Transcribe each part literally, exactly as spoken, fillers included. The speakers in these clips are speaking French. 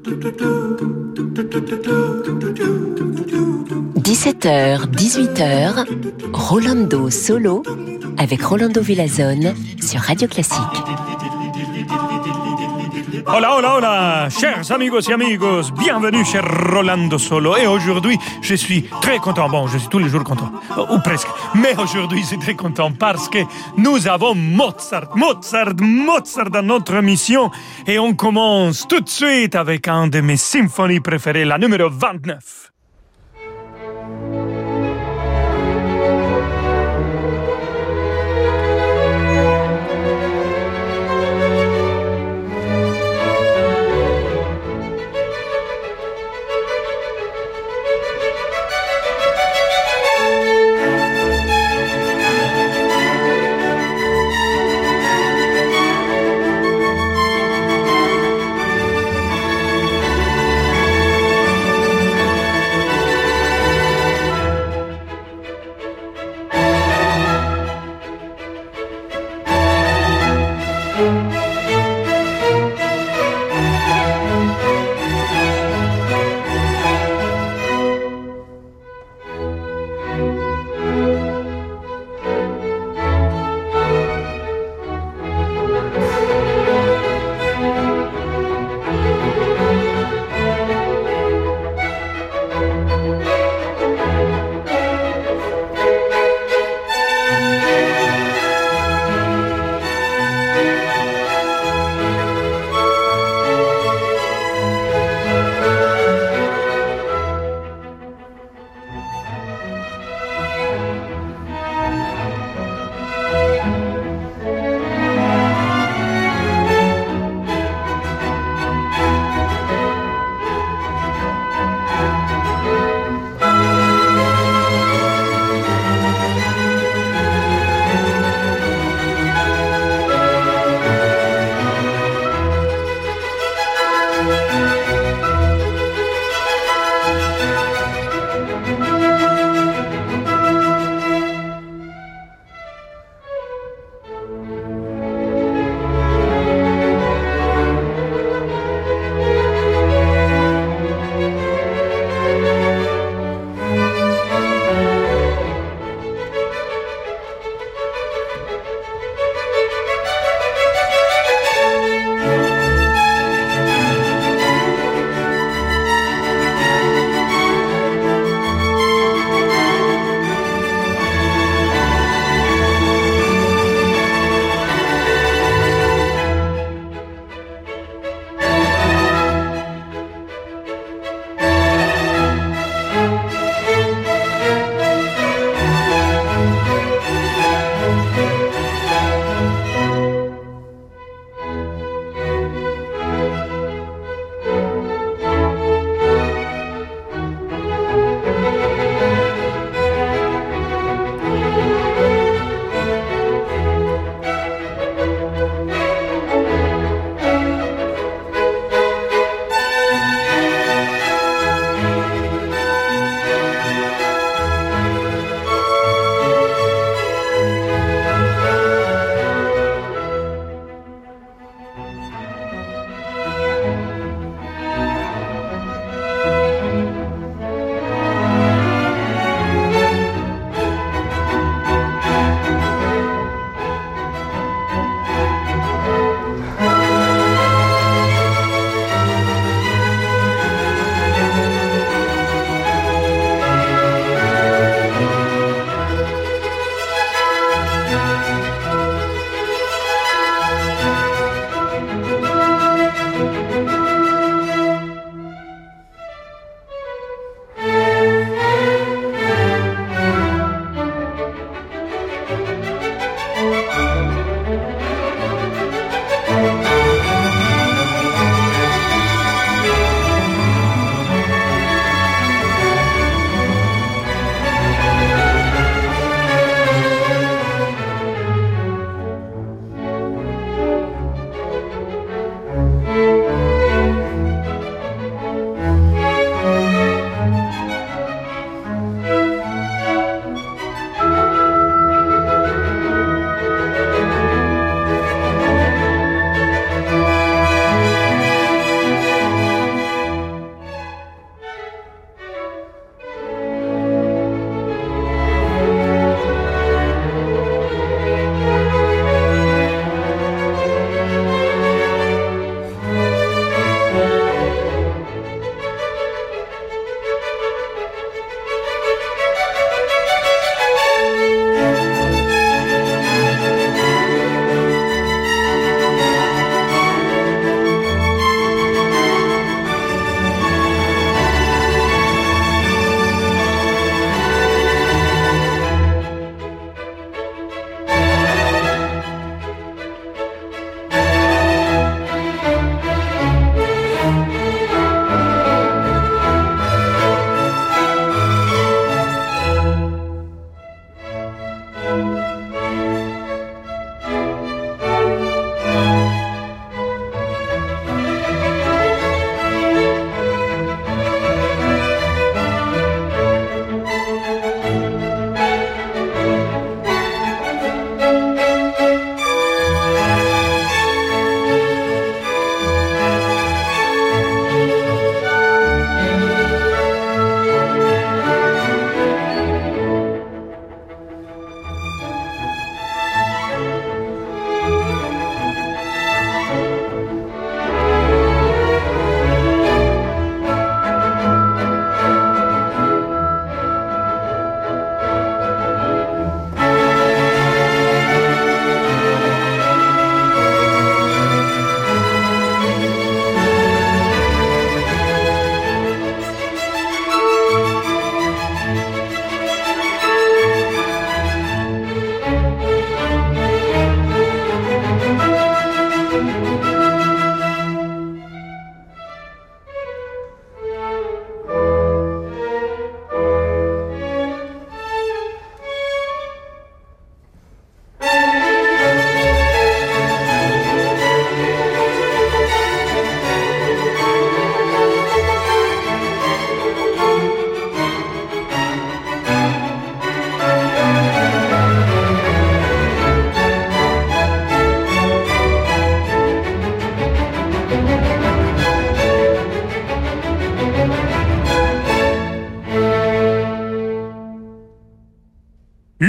dix-sept heures, dix-huit heures, Rolando Solo avec Rolando Villazone sur Radio Classique. Hola, hola, hola, chers amigos et amigos, bienvenue chez Rolando Solo. Et aujourd'hui, je suis très content. Bon, je suis tous les jours content, ou presque. Mais aujourd'hui, je suis très content parce que nous avons Mozart, Mozart, Mozart dans notre émission. Et on commence tout de suite avec un de mes symphonies préférées, la numéro vingt-neuf.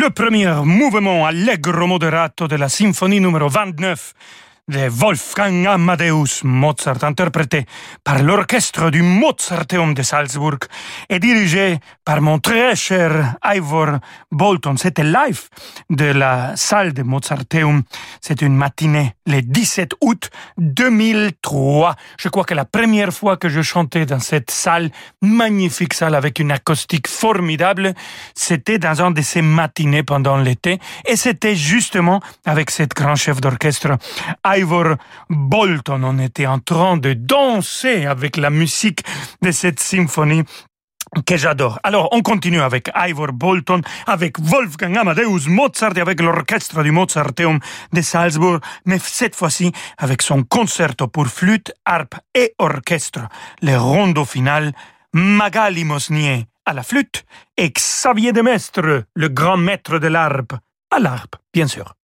le premier mouvement allegro moderato de la symphonie numéro vingt-neuf de Wolfgang Amadeus Mozart, interprété par l'orchestre du Mozarteum de Salzbourg et dirigé par mon très cher Ivor Bolton. C'était live de la salle de Mozarteum. C'était une matinée le dix-sept août deux mille trois. Je crois que la première fois que je chantais dans cette salle, magnifique salle avec une acoustique formidable, c'était dans un de ces matinées pendant l'été et c'était justement avec cet grand chef d'orchestre Ivor Bolton. On était en train de danser avec la musique de cette symphonie que j'adore. Alors, on continue avec Ivor Bolton, avec Wolfgang Amadeus Mozart et avec l'orchestre du Mozarteum de Salzbourg, mais cette fois-ci avec son concerto pour flûte, harpe et orchestre. Le rondo final, Magali Mosnier à la flûte et Xavier Demestre, le grand maître de l'harpe, à l'harpe, bien sûr.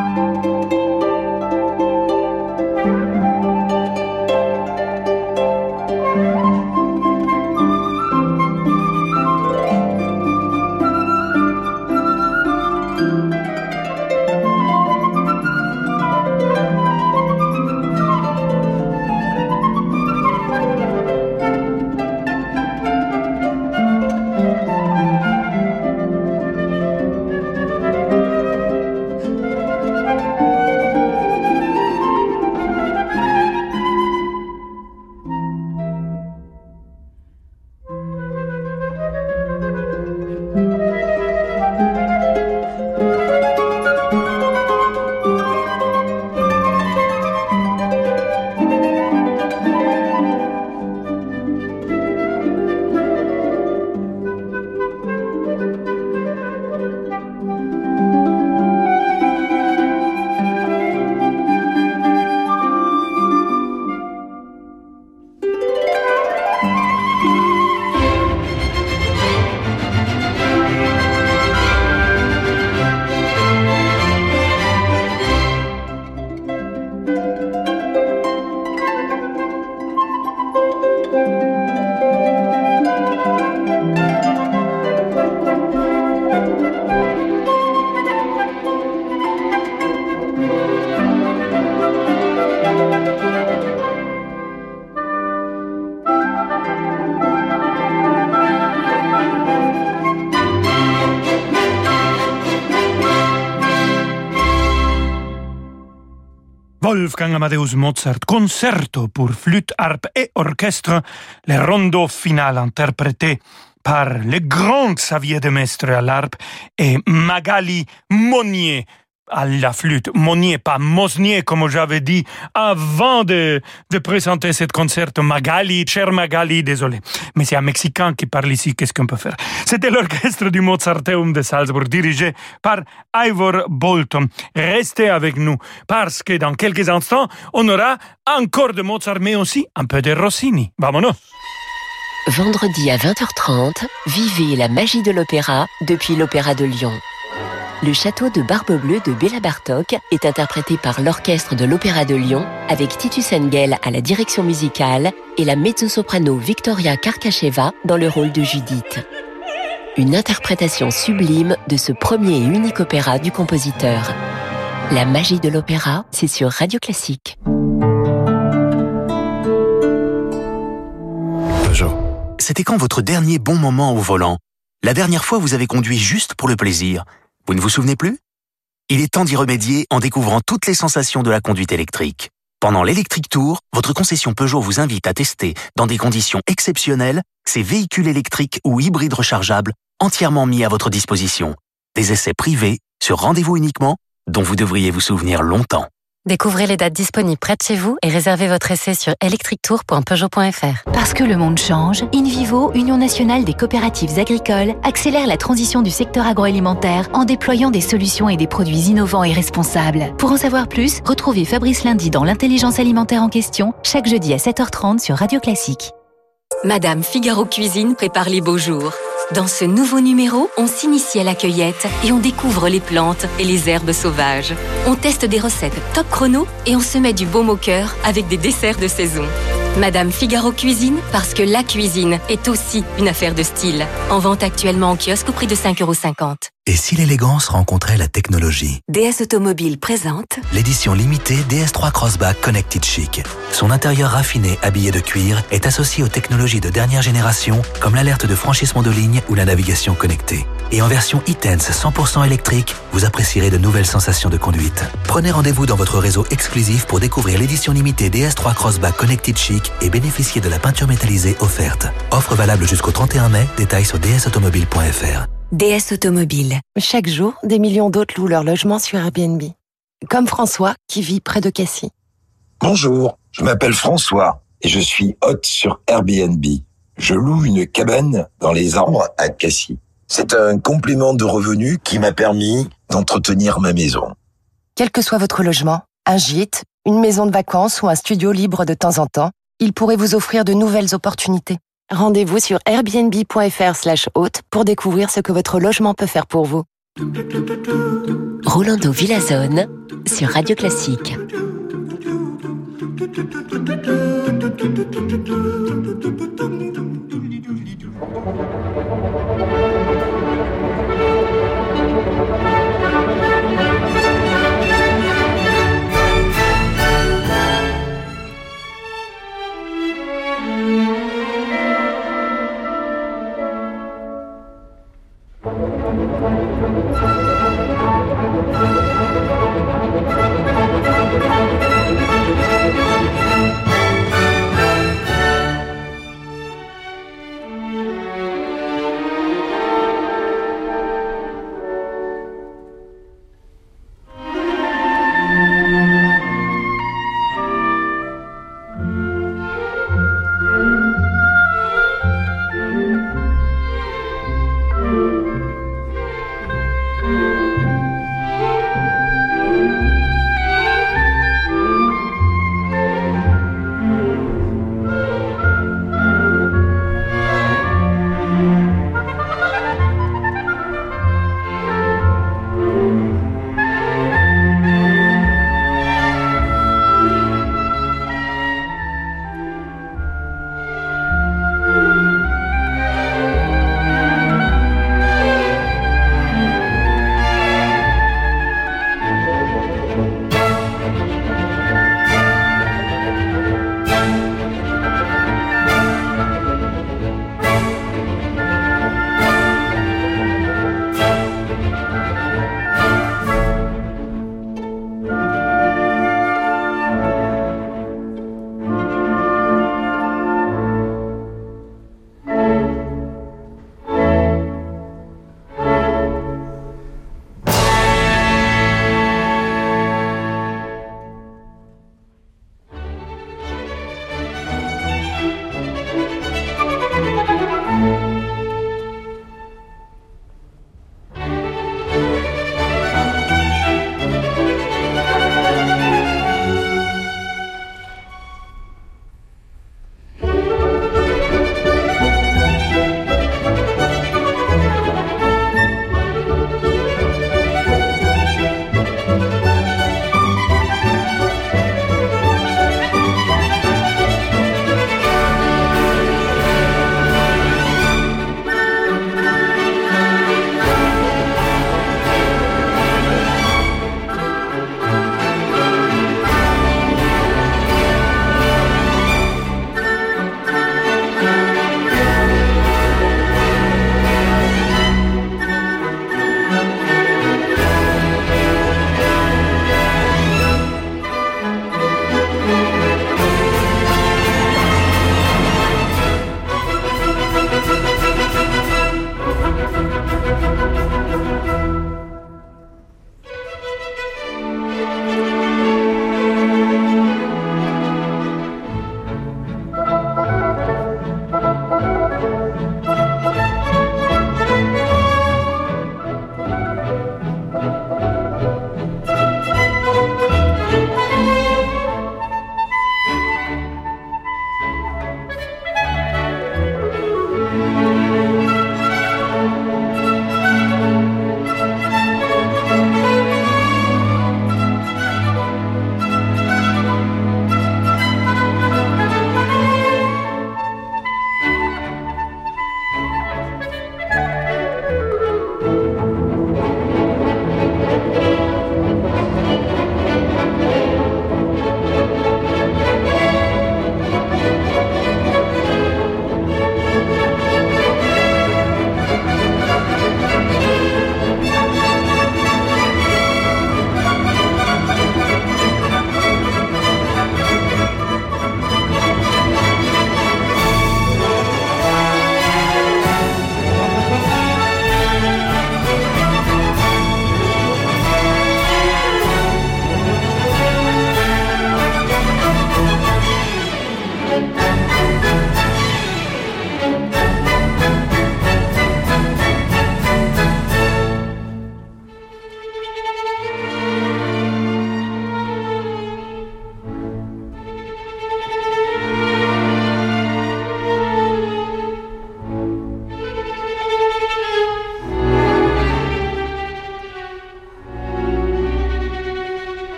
Wolfgang Amadeus Mozart, concerto pour flûte, harpe et orchestre, le rondo final interprété par le grand Xavier de Maistre à l'harpe et Magali Monnier à la flûte. Monnier, pas Mosnier, comme j'avais dit avant de, de présenter ce concerto. Magali, cher Magali, désolé. Mais c'est un Mexicain qui parle ici, qu'est-ce qu'on peut faire? C'était l'orchestre du Mozarteum de Salzbourg, dirigé par Ivor Bolton. Restez avec nous, parce que dans quelques instants, on aura encore de Mozart, mais aussi un peu de Rossini. Vamonos! Vendredi à vingt heures trente, vivez la magie de l'opéra depuis l'Opéra de Lyon. Le château de Barbe-Bleue de Béla Bartók est interprété par l'orchestre de l'Opéra de Lyon avec Titus Engel à la direction musicale et la mezzo-soprano Victoria Karkacheva dans le rôle de Judith. Une interprétation sublime de ce premier et unique opéra du compositeur. La magie de l'opéra, c'est sur Radio Classique. Peugeot. C'était quand votre dernier bon moment au volant? La dernière fois, vous avez conduit juste pour le plaisir. Vous ne vous souvenez plus? Il est temps d'y remédier en découvrant toutes les sensations de la conduite électrique. Pendant l'Electric Tour, votre concession Peugeot vous invite à tester, dans des conditions exceptionnelles, ces véhicules électriques ou hybrides rechargeables entièrement mis à votre disposition. Des essais privés, sur rendez-vous uniquement, dont vous devriez vous souvenir longtemps. Découvrez les dates disponibles près de chez vous et réservez votre essai sur electric tour point peugeot point f r. Parce que le monde change, InVivo, Union nationale des coopératives agricoles, accélère la transition du secteur agroalimentaire en déployant des solutions et des produits innovants et responsables. Pour en savoir plus, retrouvez Fabrice Lundi dans l'intelligence alimentaire en question, chaque jeudi à sept heures trente sur Radio Classique. Madame Figaro Cuisine prépare les beaux jours. Dans ce nouveau numéro, on s'initie à la cueillette et on découvre les plantes et les herbes sauvages. On teste des recettes top chrono et on se met du baume au cœur avec des desserts de saison. Madame Figaro Cuisine, parce que la cuisine est aussi une affaire de style. En vente actuellement en kiosque au prix de cinq euros cinquante. Et si l'élégance rencontrait la technologie? D S Automobile présente l'édition limitée D S trois Crossback Connected Chic. Son intérieur raffiné, habillé de cuir, est associé aux technologies de dernière génération, comme l'alerte de franchissement de ligne ou la navigation connectée. Et en version e-Tense cent pour cent électrique, vous apprécierez de nouvelles sensations de conduite. Prenez rendez-vous dans votre réseau exclusif pour découvrir l'édition limitée D S trois Crossback Connected Chic et bénéficier de la peinture métallisée offerte. Offre valable jusqu'au trente et un mai, détails sur d s automobile point f r. D S Automobile. Chaque jour, des millions d'autres louent leur logement sur Airbnb. Comme François, qui vit près de Cassis. Bonjour, je m'appelle François et je suis hôte sur Airbnb. Je loue une cabane dans les arbres à Cassis. C'est un complément de revenus qui m'a permis d'entretenir ma maison. Quel que soit votre logement, un gîte, une maison de vacances ou un studio libre de temps en temps, il pourrait vous offrir de nouvelles opportunités. Rendez-vous sur airbnb point f r slash hôte pour découvrir ce que votre logement peut faire pour vous. Rolando Villazone sur Radio Classique.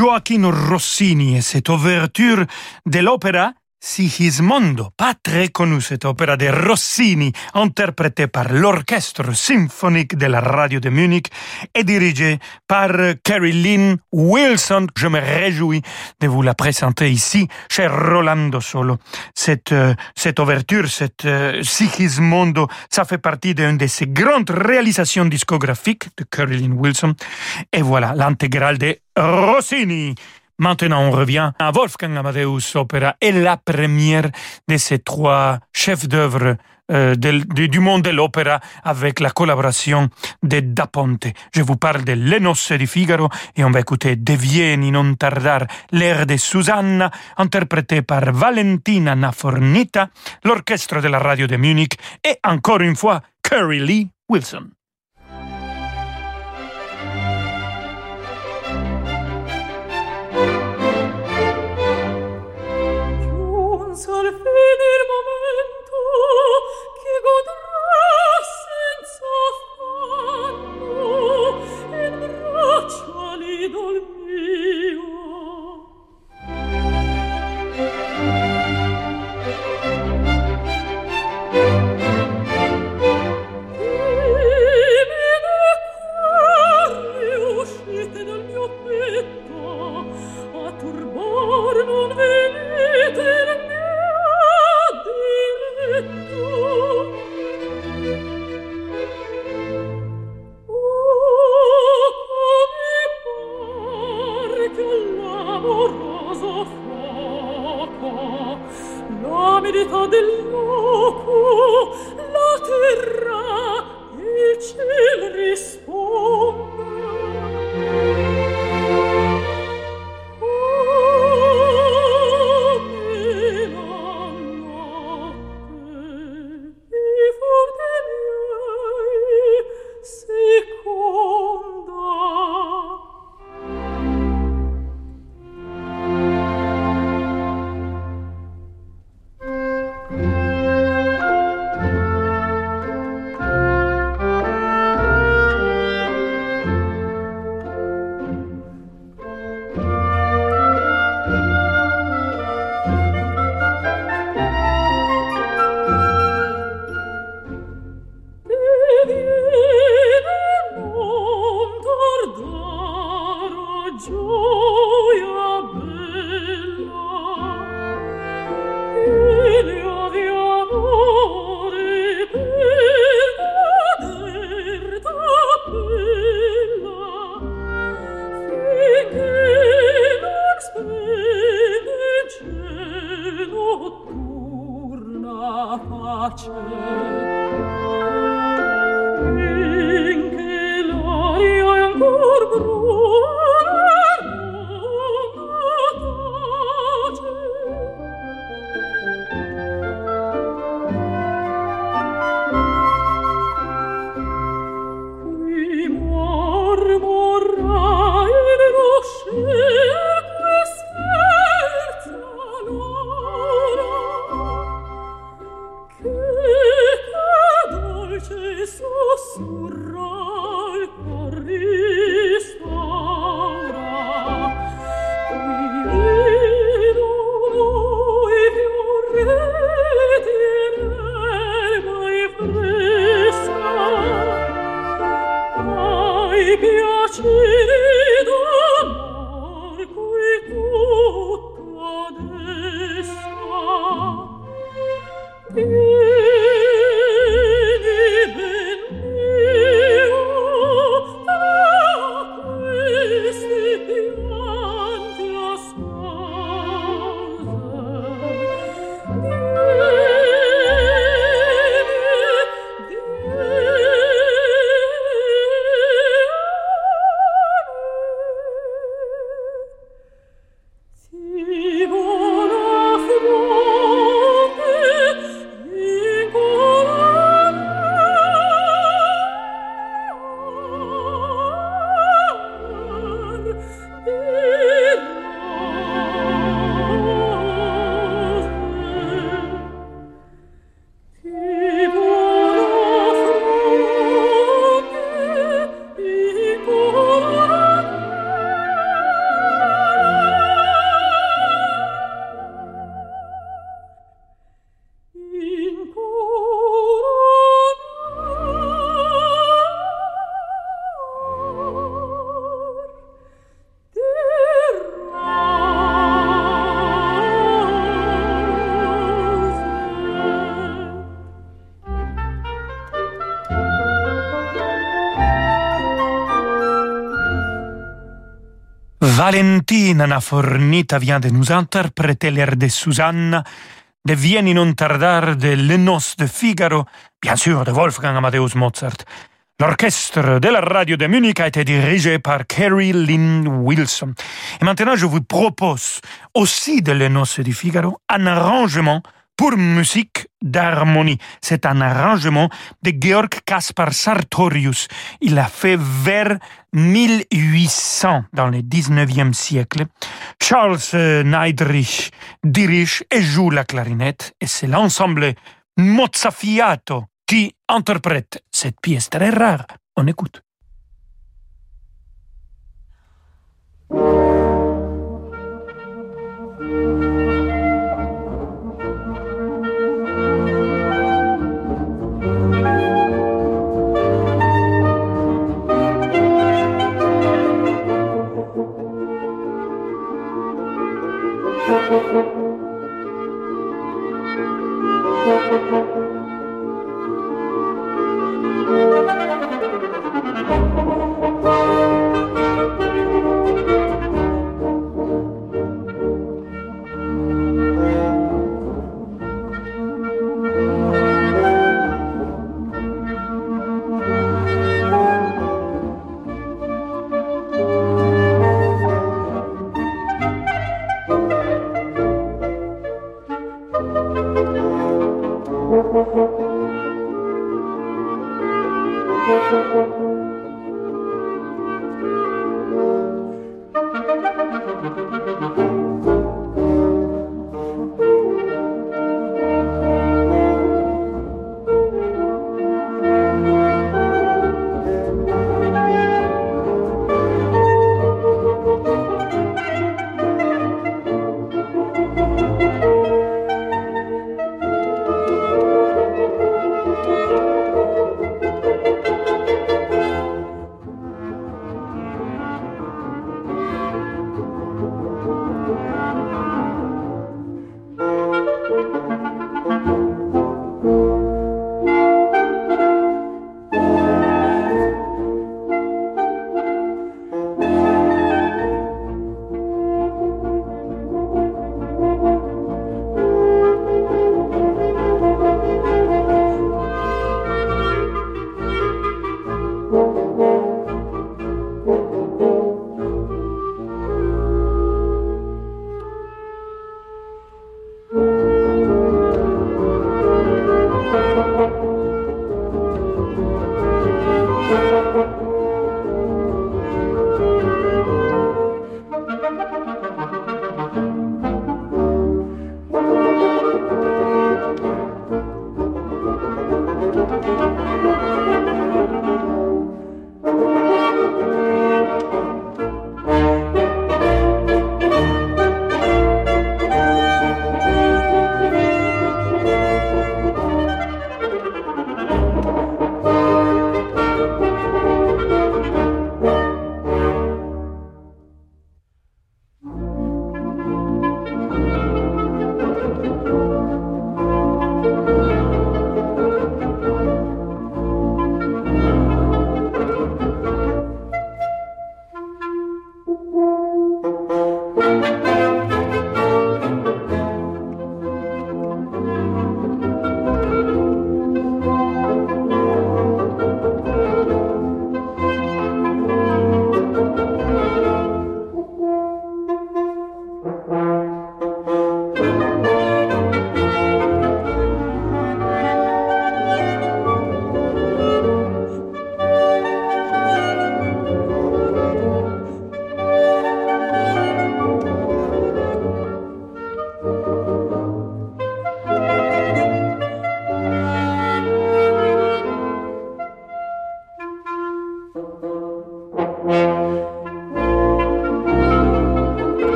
Gioachino Rossini et cette ouverture de l'opéra Sigismondo, pas très connu cette opéra de Rossini, interprétée par l'orchestre symphonique de la radio de Munich et dirigée par Carrie Lynn Wilson. Je me réjouis de vous la présenter ici, chez Rolando Solo. Cette, euh, cette ouverture, cette euh, Sigismondo, ça fait partie d'une de ses grandes réalisations discographiques de Carrie Lynn Wilson. Et voilà, l'intégrale de Rossini. Maintenant, on revient à Wolfgang Amadeus Opera et la première de ces trois chefs-d'œuvre euh, de, de, du monde de l'opéra avec la collaboration de Da Ponte. Je vous parle de Le Nozze di Figaro et on va écouter De Vieni non tardar, l'air de Susanna, interprété par Valentina Nafornita, l'orchestre de la radio de Munich et encore une fois, Carrie Lee Wilson. Al fine il momento che godrà senza affanno in braccia l'idol mio. Timide cuore uscite dal mio petto, a turbar non venite il mio. L'umidità del loco, la terra, il ciel risponde. Valentina Fornita vient de nous interpréter l'air de Susanna, de Vieni non tardar, de Les Noces de Figaro, bien sûr de Wolfgang Amadeus Mozart. L'orchestre de la radio de Munich a été dirigé par Carrie Lynn Wilson. Et maintenant, je vous propose aussi de Les Noces de Figaro un arrangement pour musique d'harmonie. C'est un arrangement de Georg Caspar Sartorius. Il l'a fait vers mille huit cents, dans le dix-neuvième siècle. Charles Neidrich dirige et joue la clarinette, et c'est l'ensemble Mozzafiato qui interprète cette pièce très rare. On écoute.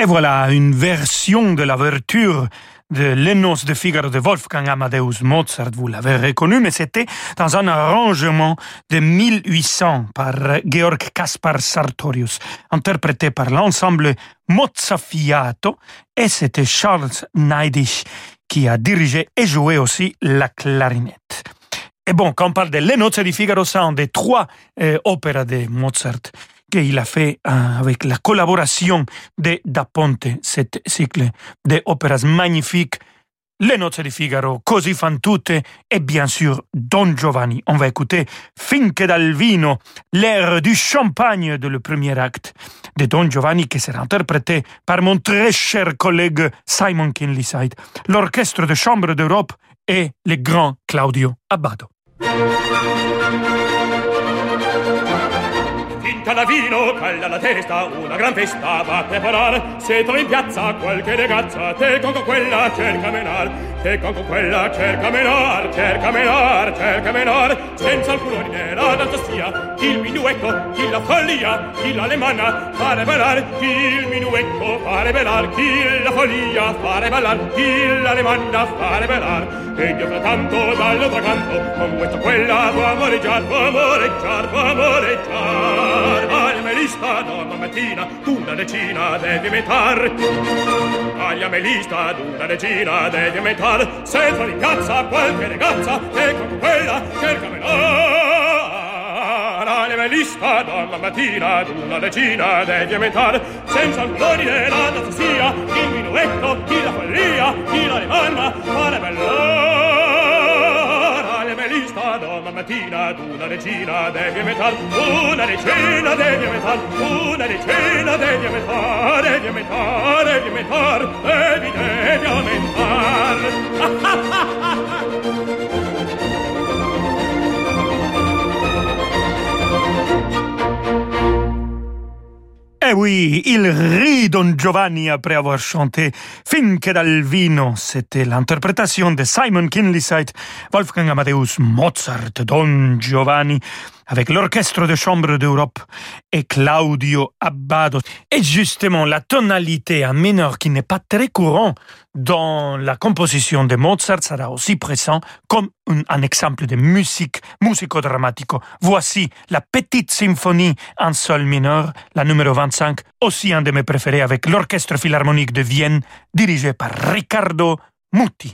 Et voilà une version de l'ouverture de Les Noces de Figaro de Wolfgang Amadeus Mozart, vous l'avez reconnu, mais c'était dans un arrangement de mille huit cents par Georg Kaspar Sartorius, interprété par l'ensemble Mozzafiato, et c'était Charles Neidig qui a dirigé et joué aussi la clarinette. Et bon, quand on parle de Les Noces de Figaro, c'est un des trois euh, opéras de Mozart qu'il a fait euh, avec la collaboration de Da Ponte, cet cycle d'opéras magnifiques, Les Noces de Figaro, Così fan tutte et bien sûr Don Giovanni. On va écouter Finché dal vino, l'air du champagne de le premier acte de Don Giovanni qui sera interprété par mon très cher collègue Simon Kinleyside, l'Orchestre de Chambre d'Europe et le grand Claudio Abbado. Cala vino, calla la testa, una gran festa va a preparare. Se trovi in piazza qualche ragazza, te con quella cerca menar, te con quella cerca menar, cerca menar, cerca menar, senza alcun ordine la danza sia, il minuetto, chi la follia, chi l'alemanna, fare ballare, chi il minuetto, fare ballare, chi la follia, fare ballare, chi l'alemanna, fare ballare. E io frattanto dall'altro canto, con questa quella può amoreggiar, può amoreggiar, può amoreggiar. Aglia melista d'una mattina, d'una decina devi metar. Aglia melista d'una decina devi metar. Senza di piazza qualche ragazza, e con quella cerca menar. Aglia melista d'una mattina, d'una decina devi metar. Senza l'ordine la danza sia, il minuetto, chi la follia, chi la rimanna, fare bellare. Melista donna mattina d'una decina devi metal, una decina devi metal, una decina devi metal, devi metal, devi metal, devi devi aumentar. Eh oui, il rit Don Giovanni après avoir chanté Finché dal vino. C'était l'interprétation de Simon Kinleyside, Wolfgang Amadeus Mozart, Don Giovanni, avec l'Orchestre de Chambre d'Europe et Claudio Abbado. Et justement, la tonalité en mineur qui n'est pas très courant dans la composition de Mozart sera aussi présent comme un, un exemple de musique musico-dramatico. Voici la petite symphonie en sol mineur, la numéro vingt-cinq, aussi un de mes préférés avec l'Orchestre Philharmonique de Vienne, dirigé par Riccardo Muti.